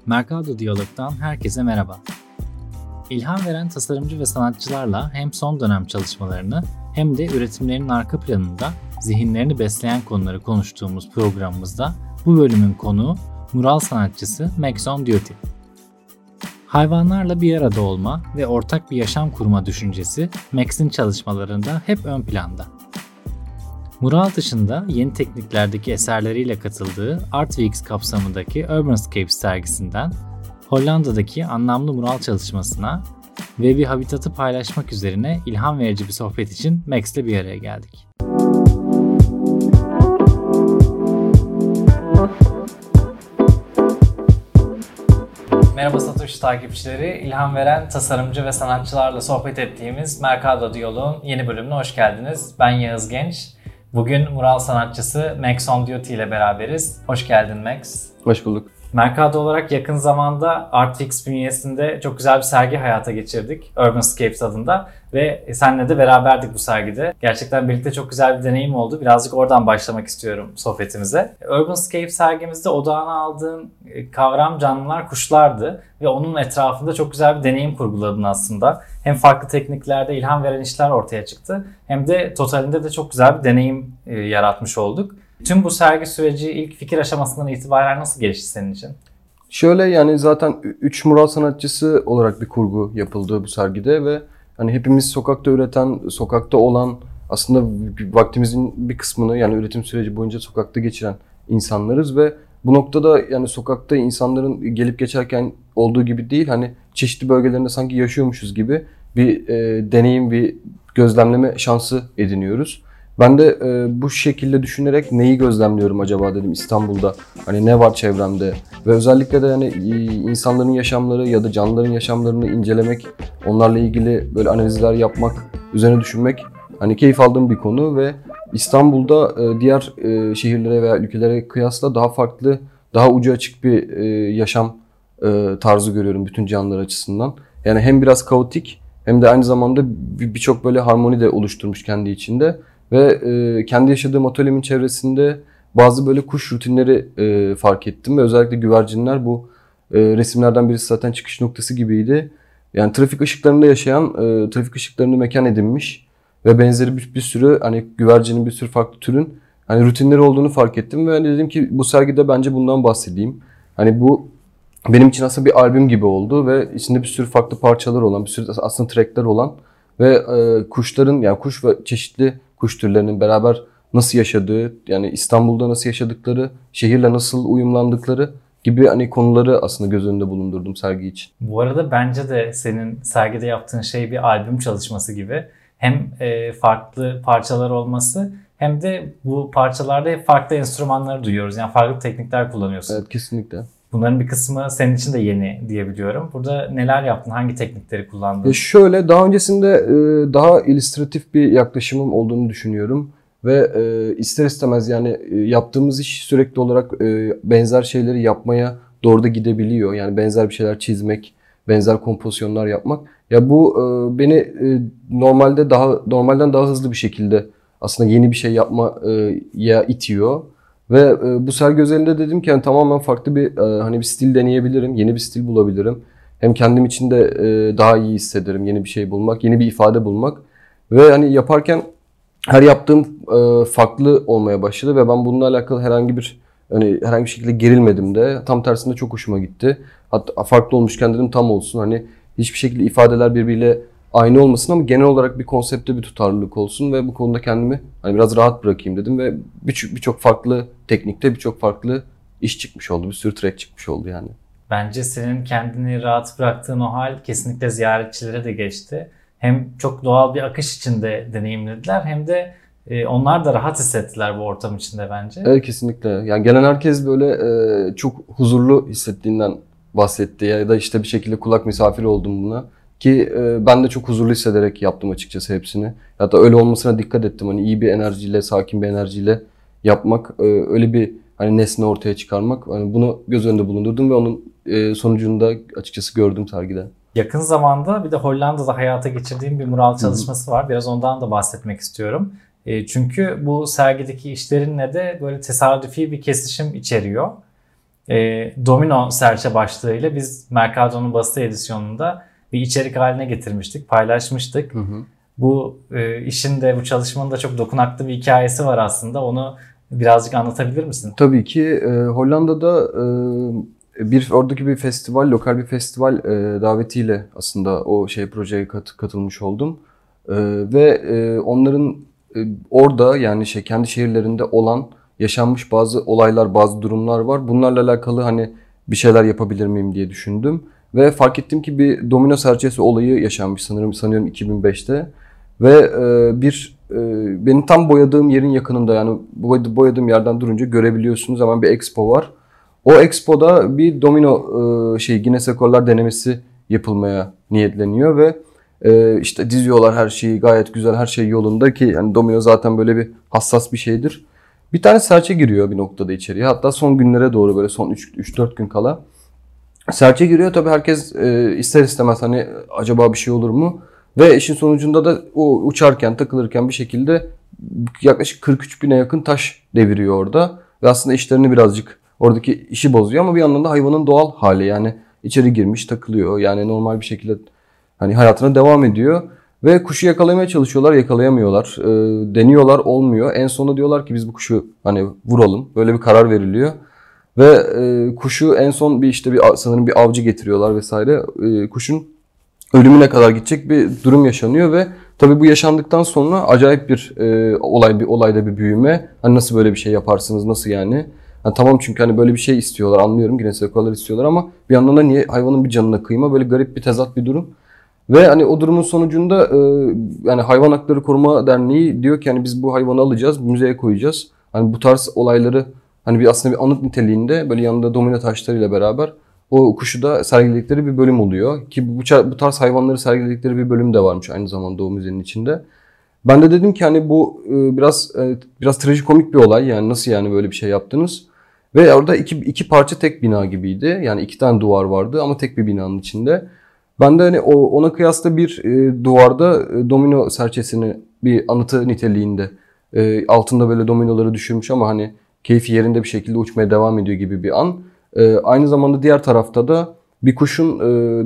Mercado Diyalog'dan herkese merhaba. İlham veren tasarımcı ve sanatçılarla hem son dönem çalışmalarını hem de üretimlerinin arka planında zihinlerini besleyen konuları konuştuğumuz programımızda bu bölümün konuğu mural sanatçısı Max on Duty. Hayvanlarla bir arada olma ve ortak bir yaşam kurma düşüncesi Max'in çalışmalarında hep ön planda. Mural dışında yeni tekniklerdeki eserleriyle katıldığı Art Weeks kapsamındaki Urbanscapes sergisinden Hollanda'daki anlamlı mural çalışmasına ve bir habitatı paylaşmak üzerine ilham verici bir sohbet için Max'le bir araya geldik. Merhaba Satoshi takipçileri, ilham veren tasarımcı ve sanatçılarla sohbet ettiğimiz Mercado Diyalog'un yeni bölümüne hoş geldiniz. Ben Yağız Genç. Bugün mural sanatçısı Max on Duty ile beraberiz. Hoş geldin Max. Hoş bulduk. Mercado olarak yakın zamanda Artfix bünyesinde çok güzel bir sergi hayata geçirdik. Urbanscapes adında ve seninle de beraberdik bu sergide. Gerçekten birlikte çok güzel bir deneyim oldu. Birazcık oradan başlamak istiyorum sohbetimize. Urbanscapes sergimizde odağına aldığın kavram canlılar, kuşlardı ve onun etrafında çok güzel bir deneyim kurguladın aslında. Hem farklı tekniklerde ilham veren işler ortaya çıktı hem de totalinde de çok güzel bir deneyim yaratmış olduk. Tüm bu sergi süreci ilk fikir aşamasından itibaren nasıl gelişti senin için? Şöyle yani zaten 3 mural sanatçısı olarak bir kurgu yapıldı bu sergide ve hani hepimiz sokakta üreten, sokakta olan, aslında vaktimizin bir kısmını yani üretim süreci boyunca sokakta geçiren insanlarız ve bu noktada yani sokakta insanların gelip geçerken olduğu gibi değil, hani çeşitli bölgelerinde sanki yaşıyormuşuz gibi bir deneyim, bir gözlemleme şansı ediniyoruz. Ben de bu şekilde düşünerek neyi gözlemliyorum acaba dedim İstanbul'da. Hani ne var çevremde ve özellikle de yani insanların yaşamları ya da canlıların yaşamlarını incelemek, onlarla ilgili böyle analizler yapmak, üzerine düşünmek hani keyif aldığım bir konu ve İstanbul'da diğer şehirlere veya ülkelere kıyasla daha farklı, daha ucu açık bir yaşam tarzı görüyorum bütün canlılar açısından. Yani hem biraz kaotik hem de aynı zamanda birçok böyle harmoni de oluşturmuş kendi içinde. Ve kendi yaşadığım atölyemin çevresinde bazı böyle kuş rutinleri fark ettim ve özellikle güvercinler bu resimlerden birisi zaten çıkış noktası gibiydi. Yani trafik ışıklarında yaşayan, trafik ışıklarını mekan edinmiş ve benzeri bir sürü hani güvercinin bir sürü farklı türün hani rutinleri olduğunu fark ettim ve hani dedim ki bu sergide bence bundan bahsedeyim. Hani bu benim için aslında bir albüm gibi oldu ve içinde bir sürü farklı parçalar olan, bir sürü aslında trackler olan ve kuşların yani kuş ve çeşitli kuş türlerinin beraber nasıl yaşadığı, yani İstanbul'da nasıl yaşadıkları, şehirle nasıl uyumlandıkları gibi hani konuları aslında göz önünde bulundurdum sergi için. Bu arada bence de senin sergide yaptığın şey bir albüm çalışması gibi. Hem farklı parçalar olması hem de bu parçalarda hep farklı enstrümanları duyuyoruz. Yani farklı teknikler kullanıyorsun. Evet, kesinlikle. Bunların bir kısmı senin için de yeni diyebiliyorum. Burada neler yaptın? Hangi teknikleri kullandın? Şöyle daha öncesinde daha illüstratif bir yaklaşımım olduğunu düşünüyorum. Ve ister istemez yani yaptığımız iş sürekli olarak benzer şeyleri yapmaya doğru da gidebiliyor. Yani benzer bir şeyler çizmek, benzer kompozisyonlar yapmak. Ya bu beni normalden daha hızlı bir şekilde aslında yeni bir şey yapmaya itiyor. Ve bu sergi özelinde dedim ki yani tamamen farklı bir hani bir stil deneyebilirim, yeni bir stil bulabilirim. Hem kendim için de daha iyi hissederim yeni bir şey bulmak, yeni bir ifade bulmak. Ve hani yaparken her yaptığım farklı olmaya başladı ve ben bununla alakalı herhangi bir şekilde gerilmedim de. Tam tersinde çok hoşuma gitti. Hatta farklı olmuşken dedim tam olsun. Hani hiçbir şekilde ifadeler birbiriyle aynı olmasın ama genel olarak bir konsepte bir tutarlılık olsun ve bu konuda kendimi hani biraz rahat bırakayım dedim ve birçok farklı teknikte birçok farklı iş çıkmış oldu. Bir sürü track çıkmış oldu yani. Bence senin kendini rahat bıraktığın o hal kesinlikle ziyaretçilere de geçti. Hem çok doğal bir akış içinde deneyimlediler hem de onlar da rahat hissettiler bu ortam içinde bence. Evet, kesinlikle. Yani gelen herkes böyle çok huzurlu hissettiğinden bahsetti ya da işte bir şekilde kulak misafiri oldum buna. Ki ben de çok huzurlu hissederek yaptım açıkçası hepsini. Hatta öyle olmasına dikkat ettim. Hani iyi bir enerjiyle, sakin bir enerjiyle yapmak, öyle bir hani nesne ortaya çıkarmak. Hani bunu göz önünde bulundurdum ve onun sonucunu da açıkçası gördüm sergide. Yakın zamanda bir de Hollanda'da hayata geçirdiğim bir mural çalışması var. Biraz ondan da bahsetmek istiyorum. Çünkü bu sergideki işlerinle de böyle tesadüfi bir kesişim içeriyor. Domino serçe başlığıyla biz Mercado'nun basılı edisyonunda bir içerik haline getirmiştik, paylaşmıştık. Bu işin de bu çalışmanın da çok dokunaklı bir hikayesi var aslında. Onu birazcık anlatabilir misin? Tabii ki Hollanda'da oradaki bir festival, lokal bir festival davetiyle aslında o projeye katılmış oldum. Ve onların orada yani kendi şehirlerinde olan yaşanmış bazı olaylar, bazı durumlar var. Bunlarla alakalı hani bir şeyler yapabilir miyim diye düşündüm. Ve fark ettim ki bir domino serçesi olayı yaşanmış sanıyorum 2005'te. Ve benim tam boyadığım yerin yakınında, yani boyadığım yerden durunca görebiliyorsunuz, hemen bir expo var. O expoda bir domino Guinness Rekorlar denemesi yapılmaya niyetleniyor ve işte diziyorlar her şeyi, gayet güzel, her şey yolunda ki yani domino zaten böyle bir hassas bir şeydir. Bir tane serçe giriyor bir noktada içeriye. Hatta son günlere doğru, böyle son 3-4 gün kala serçe giriyor. Tabii herkes ister istemez hani acaba bir şey olur mu? Ve işin sonucunda da o uçarken, takılırken bir şekilde yaklaşık 43 bine yakın taş deviriyor orada. Ve aslında işlerini birazcık, oradaki işi bozuyor ama bir yandan da hayvanın doğal hali, yani içeri girmiş takılıyor. Yani normal bir şekilde hani hayatına devam ediyor. Ve kuşu yakalamaya çalışıyorlar, yakalayamıyorlar. Deniyorlar, olmuyor. En sonunda diyorlar ki biz bu kuşu hani vuralım. Böyle bir karar veriliyor. Ve kuşu en son sanırım bir avcı getiriyorlar vesaire. Kuşun ölümüne kadar gidecek bir durum yaşanıyor ve tabii bu yaşandıktan sonra acayip bir olayda bir büyüme. Hani nasıl böyle bir şey yaparsınız, nasıl yani? Yani tamam, çünkü hani böyle bir şey istiyorlar, anlıyorum. Guinness Rekorlar istiyorlar ama bir yandan da niye hayvanın bir canına kıyma? Böyle garip bir tezat bir durum. Ve hani o durumun sonucunda yani Hayvan Hakları Koruma Derneği diyor ki hani biz bu hayvanı alacağız, müzeye koyacağız. Hani bu tarz olayları hani aslında bir anıt niteliğinde böyle yanında domino taşlarıyla beraber o kuşu da sergiledikleri bir bölüm oluyor. Ki bu tarz hayvanları sergiledikleri bir bölüm de varmış aynı zamanda o müzenin içinde. Ben de dedim ki hani bu biraz trajikomik bir olay, yani nasıl yani böyle bir şey yaptınız? Ve orada iki parça tek bina gibiydi. Yani 2 tane duvar vardı ama tek bir binanın içinde. Ben de hani ona kıyasla bir duvarda domino serçesini bir anıtı niteliğinde altında böyle dominoları düşürmüş ama hani keyfi yerinde bir şekilde uçmaya devam ediyor gibi bir an. Aynı zamanda diğer tarafta da bir kuşun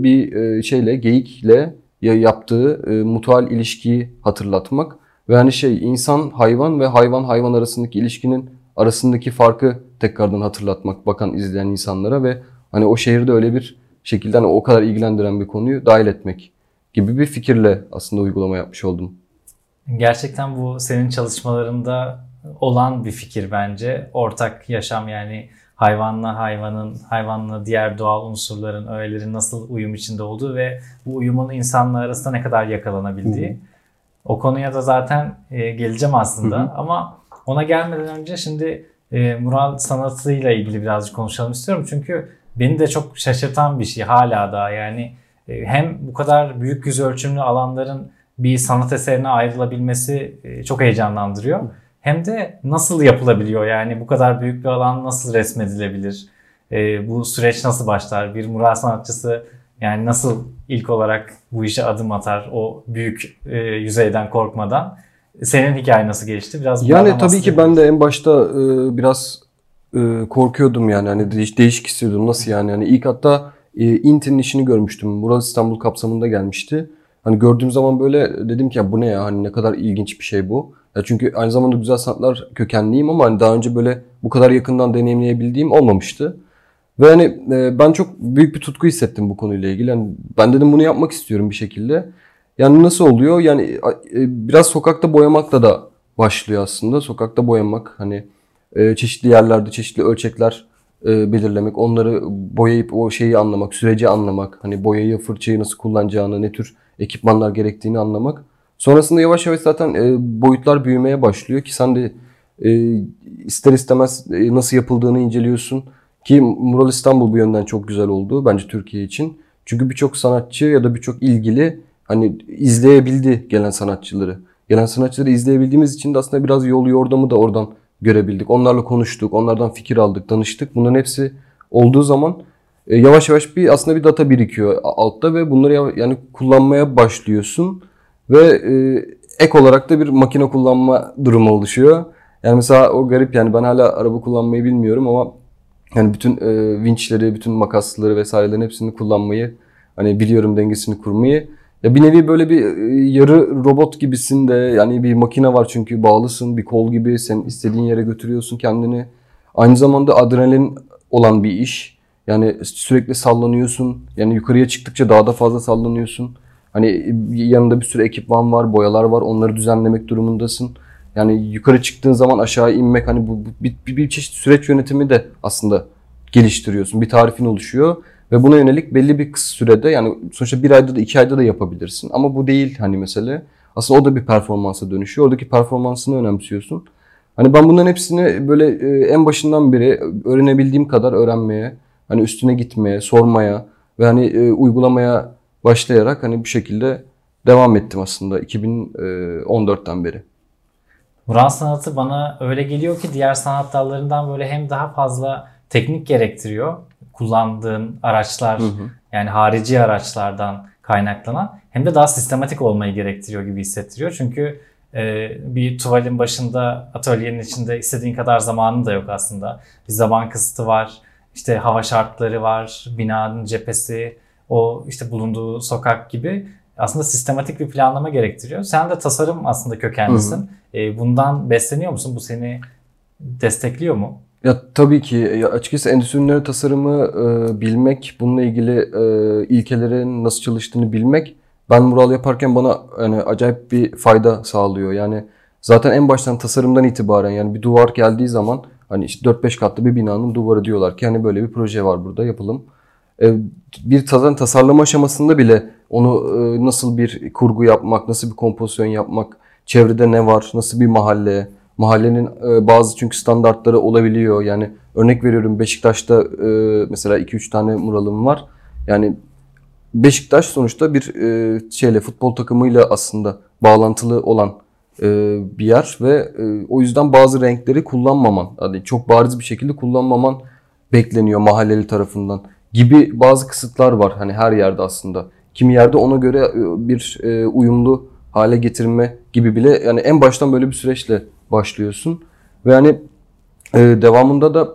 geyikle yaptığı mutual ilişkiyi hatırlatmak ve hani insan hayvan ve hayvan hayvan arasındaki ilişkinin arasındaki farkı tekrardan hatırlatmak bakan izleyen insanlara ve hani o şehirde öyle bir şekilde hani o kadar ilgilendiren bir konuyu dahil etmek gibi bir fikirle aslında uygulama yapmış oldum. Gerçekten bu senin çalışmalarında olan bir fikir bence. Ortak yaşam, yani hayvanla hayvanın, hayvanla diğer doğal unsurların, öğelerin nasıl uyum içinde olduğu ve bu uyumun insanla arasında ne kadar yakalanabildiği. O konuya da zaten geleceğim aslında. Ama ona gelmeden önce şimdi mural sanatıyla ilgili birazcık konuşalım istiyorum. Çünkü beni de çok şaşırtan bir şey hala da, yani hem bu kadar büyük yüz ölçümlü alanların bir sanat eserine ayrılabilmesi çok heyecanlandırıyor. Hem de nasıl yapılabiliyor, yani bu kadar büyük bir alan nasıl resmedilebilir? Bu süreç nasıl başlar? Bir mural sanatçısı yani nasıl ilk olarak bu işe adım atar o büyük yüzeyden korkmadan? Senin hikayen nasıl gelişti? Biraz yani tabii ki ben de en başta biraz korkuyordum, yani hani değişik hissediyordum. Nasıl yani? Yani ilk hatta Inti'nin işini görmüştüm. Mural İstanbul kapsamında gelmişti. Hani gördüğüm zaman böyle dedim ki ya bu ne ya? Hani ne kadar ilginç bir şey bu. Ya çünkü aynı zamanda güzel sanatlar kökenliyim ama hani daha önce böyle bu kadar yakından deneyimleyebildiğim olmamıştı. Ve hani ben çok büyük bir tutku hissettim bu konuyla ilgili. Yani ben dedim bunu yapmak istiyorum bir şekilde. Yani nasıl oluyor? Yani biraz sokakta boyamakla da başlıyor aslında. Sokakta boyamak, hani çeşitli yerlerde çeşitli ölçekler belirlemek, onları boyayıp o şeyi anlamak, süreci anlamak, hani boyayı, fırçayı nasıl kullanacağını, ne tür ekipmanlar gerektiğini anlamak. Sonrasında yavaş yavaş zaten boyutlar büyümeye başlıyor ki sen de ister istemez nasıl yapıldığını inceliyorsun. Ki Mural İstanbul bu yönden çok güzel oldu bence Türkiye için. Çünkü birçok sanatçı ya da birçok ilgili hani izleyebildi gelen sanatçıları. Gelen sanatçıları izleyebildiğimiz için de aslında biraz yol yordamı da oradan görebildik. Onlarla konuştuk, onlardan fikir aldık, danıştık. Bunların hepsi olduğu zaman yavaş yavaş aslında bir data birikiyor altta ve bunları yani kullanmaya başlıyorsun. Ve ek olarak da bir makine kullanma durumu oluşuyor. Yani mesela o garip, yani ben hala araba kullanmayı bilmiyorum ama Yani bütün vinçleri, bütün makasları vesairelerin hepsini kullanmayı, hani biliyorum dengesini kurmayı. Ya bir nevi böyle bir yarı robot gibisin de, yani bir makine var çünkü bağlısın, bir kol gibi sen istediğin yere götürüyorsun kendini. Aynı zamanda adrenalin olan bir iş. Yani sürekli sallanıyorsun. Yani yukarıya çıktıkça daha da fazla sallanıyorsun. Hani yanında bir sürü ekipman var, boyalar var. Onları düzenlemek durumundasın. Yani yukarı çıktığın zaman aşağı inmek, hani bu bir çeşit süreç yönetimi de aslında geliştiriyorsun. Bir tarifin oluşuyor ve buna yönelik belli bir kısa sürede, yani sonuçta bir ayda da 2 ayda da yapabilirsin. Ama bu değil hani mesele. Aslında o da bir performansa dönüşüyor. Oradaki performansını önemsiyorsun. Hani ben bunların hepsini böyle en başından beri öğrenebildiğim kadar öğrenmeye, hani üstüne gitmeye, sormaya ve hani uygulamaya başlayarak hani bu şekilde devam ettim aslında 2014'ten beri. Mural sanatı bana öyle geliyor ki diğer sanat dallarından böyle hem daha fazla teknik gerektiriyor. Kullandığın araçlar, yani harici araçlardan kaynaklanan, hem de daha sistematik olmayı gerektiriyor gibi hissettiriyor. Çünkü bir tuvalin başında, atölyenin içinde istediğin kadar zamanın da yok aslında. Bir zaman kısıtı var, işte hava şartları var, binanın cephesi, o işte bulunduğu sokak gibi aslında sistematik bir planlama gerektiriyor. Sen de tasarım aslında kökenlisin. Bundan besleniyor musun? Bu seni destekliyor mu? Ya tabii ki, ya açıkçası endüstri ürünleri tasarımı bilmek, bununla ilgili ilkelerin nasıl çalıştığını bilmek, ben mural yaparken bana yani acayip bir fayda sağlıyor. Yani zaten en baştan tasarımdan itibaren, yani bir duvar geldiği zaman hani işte 4-5 katlı bir binanın duvarı diyorlar ki hani böyle bir proje var burada, yapalım. Bir tasarlama aşamasında bile onu nasıl bir kurgu yapmak, nasıl bir kompozisyon yapmak, çevrede ne var, nasıl bir mahalle, mahallenin bazı çünkü standartları olabiliyor. Yani örnek veriyorum, Beşiktaş'ta mesela 2-3 tane muralım var. Yani Beşiktaş sonuçta bir futbol takımıyla aslında bağlantılı olan bir yer ve o yüzden bazı renkleri kullanmaman, hani çok bariz bir şekilde kullanmaman bekleniyor mahalleli tarafından gibi bazı kısıtlar var hani her yerde aslında. Kimi yerde ona göre bir uyumlu hale getirme gibi bile, yani en baştan böyle bir süreçle başlıyorsun ve hani devamında da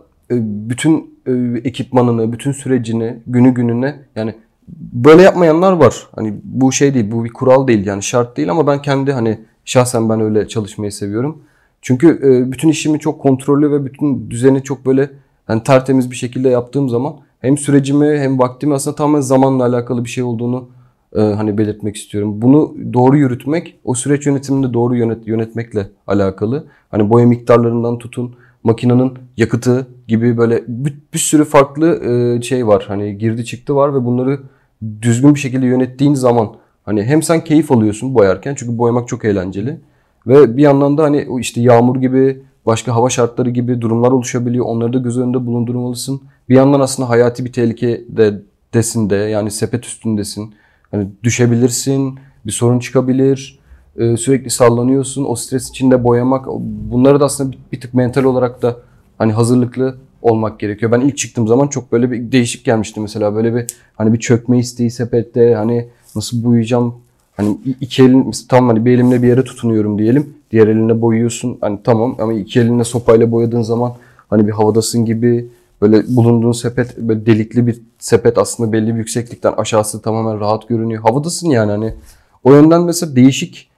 bütün ekipmanını, bütün sürecini günü gününe, yani böyle yapmayanlar var. Hani bu şey değil, bu bir kural değil, yani şart değil, ama ben kendi hani şahsen ben öyle çalışmayı seviyorum. Çünkü bütün işimi çok kontrollü ve bütün düzeni çok böyle hani tertemiz bir şekilde yaptığım zaman hem sürecimi hem vaktimi aslında tamamen zamanla alakalı bir şey olduğunu hani belirtmek istiyorum. Bunu doğru yürütmek, o süreç yönetiminde doğru yönetmekle alakalı. Hani boya miktarlarından tutun, makinenin yakıtı gibi böyle bir sürü farklı şey var. Hani girdi çıktı var ve bunları düzgün bir şekilde yönettiğin zaman hani hem sen keyif alıyorsun boyarken, çünkü boyamak çok eğlenceli. Ve bir yandan da hani işte yağmur gibi, başka hava şartları gibi durumlar oluşabiliyor. Onları da göz önünde bulundurmalısın. Bir yandan aslında hayati bir tehlike desin de, yani sepet üstündesin. Hani düşebilirsin, bir sorun çıkabilir, sürekli sallanıyorsun, o stres içinde boyamak, bunları da aslında bir tık mental olarak da hani hazırlıklı olmak gerekiyor. Ben ilk çıktığım zaman çok böyle bir değişik gelmişti mesela, böyle bir hani bir çökme isteği sepette, hani nasıl boyayacağım, hani iki elin tam hani bir elimle bir yere tutunuyorum diyelim, diğer elinle boyuyorsun hani tamam, ama iki elinle sopayla boyadığın zaman hani bir havadasın gibi. Böyle bulunduğun sepet böyle delikli bir sepet, aslında belli bir yükseklikten aşağısı tamamen rahat görünüyor. Havadasın yani hani. O yönden mesela değişik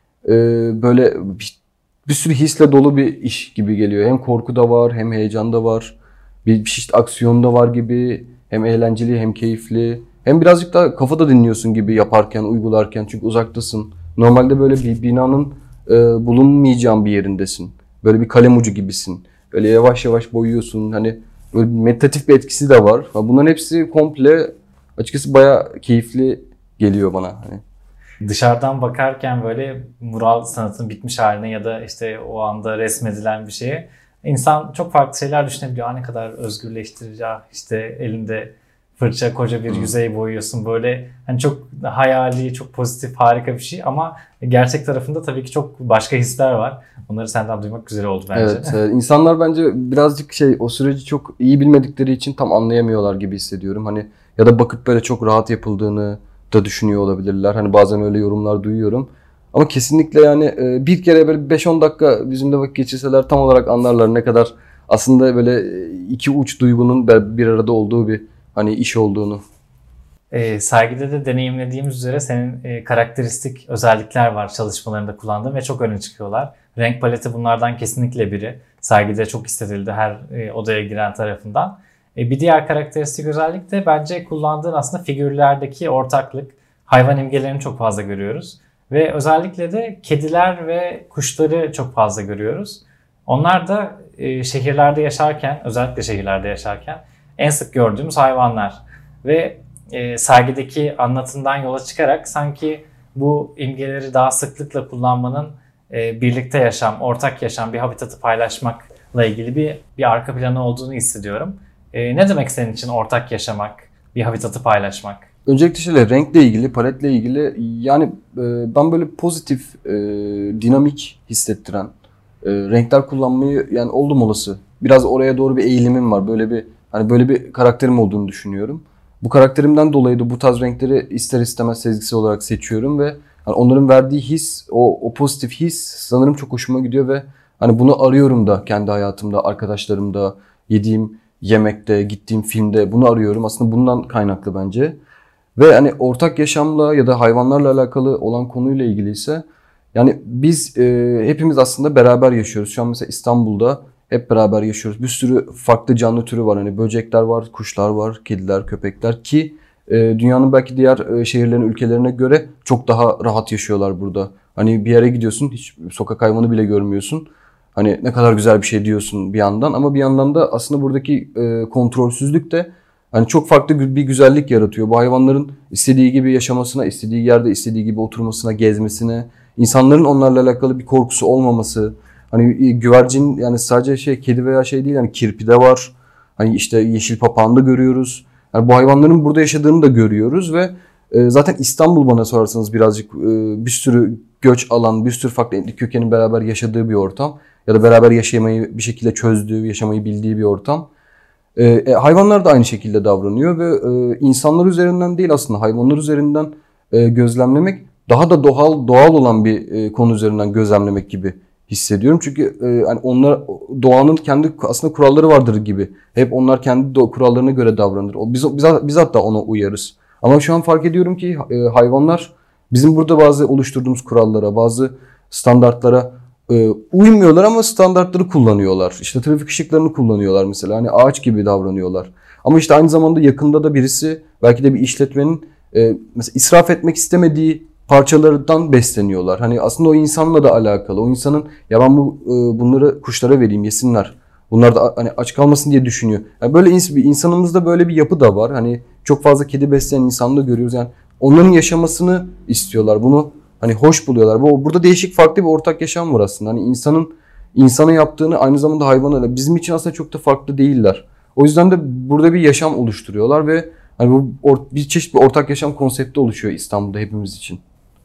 böyle bir sürü hisle dolu bir iş gibi geliyor. Hem korku da var, hem heyecan da var. Bir çeşit aksiyon da var gibi. Hem eğlenceli hem keyifli. Hem birazcık da kafada dinliyorsun gibi yaparken, uygularken. Çünkü uzaktasın. Normalde böyle bir binanın bulunmayacağın bir yerindesin. Böyle bir kalem ucu gibisin. Böyle yavaş yavaş boyuyorsun. Hani böyle meditatif bir etkisi de var. Bunların hepsi komple açıkçası bayağı keyifli geliyor bana. Hani. Dışarıdan bakarken böyle mural sanatının bitmiş haline ya da işte o anda resmedilen bir şeye insan çok farklı şeyler düşünebiliyor. Ne kadar özgürleştirici, işte elinde fırça koca bir yüzey boyuyorsun, böyle hani çok hayali, çok pozitif, harika bir şey, ama gerçek tarafında tabii ki çok başka hisler var. Bunları senden duymak güzel oldu bence. Evet, insanlar bence birazcık o süreci çok iyi bilmedikleri için tam anlayamıyorlar gibi hissediyorum. Hani ya da bakıp böyle çok rahat yapıldığını da düşünüyor olabilirler. Hani bazen öyle yorumlar duyuyorum. Ama kesinlikle yani bir kere böyle 5-10 dakika bizimle vakit geçirseler tam olarak anlarlar ne kadar aslında böyle iki uç duygunun bir arada olduğu bir hani iş olduğunu. Sergide de deneyimlediğimiz üzere senin karakteristik özellikler var çalışmalarında kullandığın ve çok öne çıkıyorlar. Renk paleti bunlardan kesinlikle biri. Sergide çok hissedildi her odaya giren tarafından. Bir diğer karakteristik özellik de bence kullandığın aslında figürlerdeki ortaklık. Hayvan imgelerini çok fazla görüyoruz. Ve özellikle de kediler ve kuşları çok fazla görüyoruz. Onlar da şehirlerde yaşarken, özellikle şehirlerde yaşarken en sık gördüğümüz hayvanlar. Ve sergideki anlatından yola çıkarak sanki bu imgeleri daha sıklıkla kullanmanın birlikte yaşam, ortak yaşam, bir habitatı paylaşmakla ilgili bir arka planı olduğunu hissediyorum. Ne demek senin için ortak yaşamak, bir habitatı paylaşmak? Öncelikle şöyle renkle ilgili, paletle ilgili yani ben böyle pozitif, dinamik hissettiren renkler kullanmayı yani oldum olası. Biraz oraya doğru bir eğilimim var. Böyle bir karakterim olduğunu düşünüyorum. Bu karakterimden dolayı da bu tarz renkleri ister istemez sezgisi olarak seçiyorum ve hani onların verdiği his, o pozitif his sanırım çok hoşuma gidiyor ve hani bunu arıyorum da kendi hayatımda, arkadaşlarımda, yediğim yemekte, gittiğim filmde bunu arıyorum. Aslında bundan kaynaklı bence. Ve hani ortak yaşamla ya da hayvanlarla alakalı olan konuyla ilgili ise yani biz hepimiz aslında beraber yaşıyoruz. Şu an mesela İstanbul'da hep beraber yaşıyoruz. Bir sürü farklı canlı türü var. Hani böcekler var, kuşlar var, kediler, köpekler ki dünyanın belki diğer şehirlerin, ülkelerine göre çok daha rahat yaşıyorlar burada. Hani bir yere gidiyorsun, hiç sokak hayvanı bile görmüyorsun. Hani ne kadar güzel bir şey diyorsun bir yandan ama bir yandan da aslında buradaki kontrolsüzlük de hani çok farklı bir güzellik yaratıyor. Bu hayvanların istediği gibi yaşamasına, istediği yerde istediği gibi oturmasına, gezmesine, insanların onlarla alakalı bir korkusu olmaması. Hani güvercin yani sadece kedi veya değil yani kirpi de var. Hani işte yeşil papağanı da görüyoruz. Yani bu hayvanların burada yaşadığını da görüyoruz ve zaten İstanbul bana sorarsanız birazcık bir sürü göç alan, bir sürü farklı etnik kökenin beraber yaşadığı bir ortam. Ya da beraber yaşamayı bir şekilde çözdüğü, yaşamayı bildiği bir ortam. Hayvanlar da aynı şekilde davranıyor ve insanlar üzerinden değil aslında hayvanlar üzerinden gözlemlemek daha da doğal olan bir konu üzerinden gözlemlemek gibi hissediyorum. Çünkü hani onlar doğanın kendi aslında kuralları vardır gibi. Hep onlar kendi kurallarına göre davranır. Biz hatta ona uyarız. Ama şu an fark ediyorum ki hayvanlar bizim burada bazı oluşturduğumuz kurallara, bazı standartlara uymuyorlar ama standartları kullanıyorlar. İşte trafik ışıklarını kullanıyorlar mesela. Hani ağaç gibi davranıyorlar. Ama işte aynı zamanda yakında da birisi belki de bir işletmenin mesela israf etmek istemediği parçalardan besleniyorlar. Hani aslında o insanla da alakalı. O insanın ya ben bunları kuşlara vereyim yesinler. Bunlar da hani aç kalmasın diye düşünüyor. Yani böyle insanımızda böyle bir yapı da var. Hani çok fazla kedi besleyen insanı da görüyoruz. Yani onların yaşamasını istiyorlar. Bunu hani hoş buluyorlar. Burada değişik farklı bir ortak yaşam var aslında. Hani insana yaptığını aynı zamanda hayvana bizim için aslında çok da farklı değiller. O yüzden de burada bir yaşam oluşturuyorlar ve hani bir çeşit bir ortak yaşam konsepti oluşuyor İstanbul'da hepimiz için.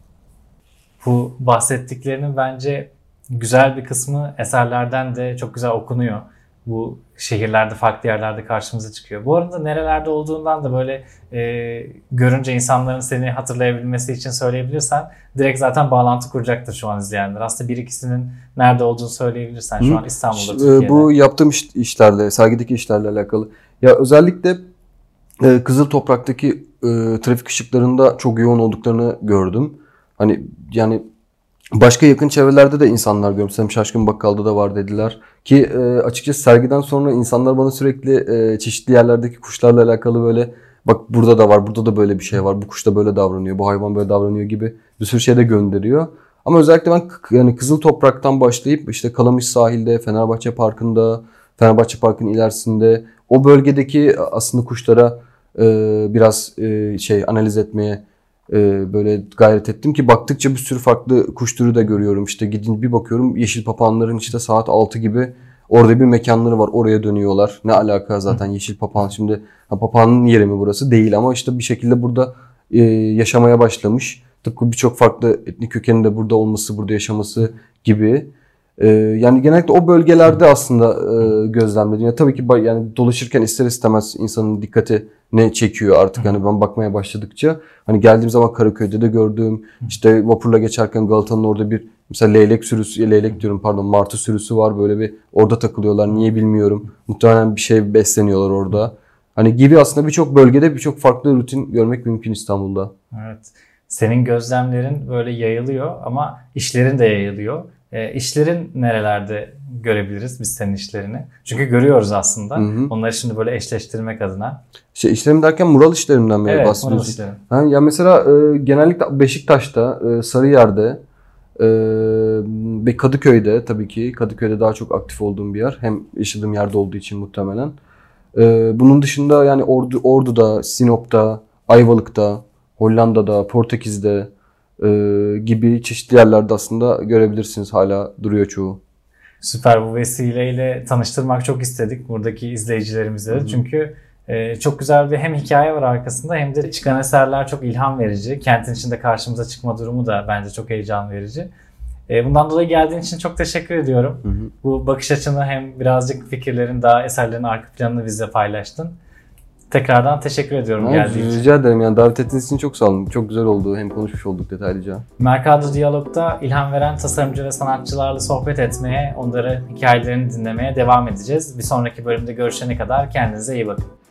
Bu bahsettiklerinin bence güzel bir kısmı eserlerden de çok güzel okunuyor. Bu şehirlerde, farklı yerlerde karşımıza çıkıyor. Bu arada nerelerde olduğundan da böyle görünce insanların seni hatırlayabilmesi için söyleyebilirsen direkt zaten bağlantı kuracaktır şu an izleyenler. Aslında bir ikisinin nerede olduğunu söyleyebilirsen şu an İstanbul'da, Türkiye'de. Bu yaptığım işlerle, sergideki işlerle alakalı. Ya özellikle Kızıl Toprak'taki trafik ışıklarında çok yoğun olduklarını gördüm. Hani yani başka yakın çevrelerde de insanlar görmüşsem Şaşkın Bakkal'da da var dediler. Ki açıkçası sergiden sonra insanlar bana sürekli çeşitli yerlerdeki kuşlarla alakalı böyle bak burada da var, burada da böyle bir şey var, bu kuş da böyle davranıyor, bu hayvan böyle davranıyor gibi bir sürü şey de gönderiyor. Ama özellikle ben yani Kızıl Toprak'tan başlayıp işte Kalamış sahilde, Fenerbahçe Parkı'nda, Fenerbahçe Parkı'nın ilerisinde o bölgedeki aslında kuşlara biraz analiz etmeye böyle gayret ettim ki baktıkça bir sürü farklı kuş türü de görüyorum. İşte gidin bir bakıyorum yeşil papağanların işte saat 6 gibi orada bir mekanları var. Oraya dönüyorlar. Ne alaka zaten yeşil papağan şimdi papağanın yeri mi burası? Değil ama işte bir şekilde burada yaşamaya başlamış. Tıpkı birçok farklı etnik kökenin de burada olması, burada yaşaması gibi. Yani genellikle o bölgelerde aslında gözlemledim. Yani tabii ki yani dolaşırken ister istemez insanın dikkati ne çekiyor artık hani ben bakmaya başladıkça. Hani geldiğim zaman Karaköy'de de gördüm. İşte vapurla geçerken Galata'nın orada bir Mesela leylek diyorum pardon, martı sürüsü var, böyle bir orada takılıyorlar. Niye bilmiyorum. Muhtemelen bir şey besleniyorlar orada. Hani gibi aslında birçok bölgede birçok farklı rutin görmek mümkün İstanbul'da. Evet. Senin gözlemlerin böyle yayılıyor ama işlerin de yayılıyor. İşlerin nerelerde görebiliriz biz senin işlerini? Çünkü görüyoruz aslında. Onları şimdi böyle eşleştirmek adına. İşlerim derken mural işlerimden mi Evet, bahsediyorsun? mural işleri. Ha, ya mesela genellikle Beşiktaş'ta, Sarıyer'de ve Kadıköy'de, tabii ki Kadıköy'de daha çok aktif olduğum bir yer. Hem yaşadığım yerde olduğu için muhtemelen. Bunun dışında yani Ordu'da, Sinop'ta, Ayvalık'ta, Hollanda'da, Portekiz'de gibi çeşitli yerlerde aslında görebilirsiniz. Hala duruyor çoğu. Süper, bu vesileyle tanıştırmak çok istedik buradaki izleyicilerimize de. Çünkü çok güzel bir hem hikaye var arkasında hem de çıkan eserler çok ilham verici. Kentin içinde karşımıza çıkma durumu da bence çok heyecan verici. Bundan dolayı geldiğin için çok teşekkür ediyorum. Bu bakış açını hem birazcık fikirlerin daha eserlerin arka planını bizle paylaştın. Tekrardan teşekkür ediyorum geldiğin için. Rica ederim. Yani davet ettiğiniz için çok sağ olun. Çok güzel oldu. Hem konuşmuş olduk detaylıca. Mercado Diyalog'da ilham veren tasarımcı ve sanatçılarla sohbet etmeye, onların hikayelerini dinlemeye devam edeceğiz. Bir sonraki bölümde görüşene kadar kendinize iyi bakın.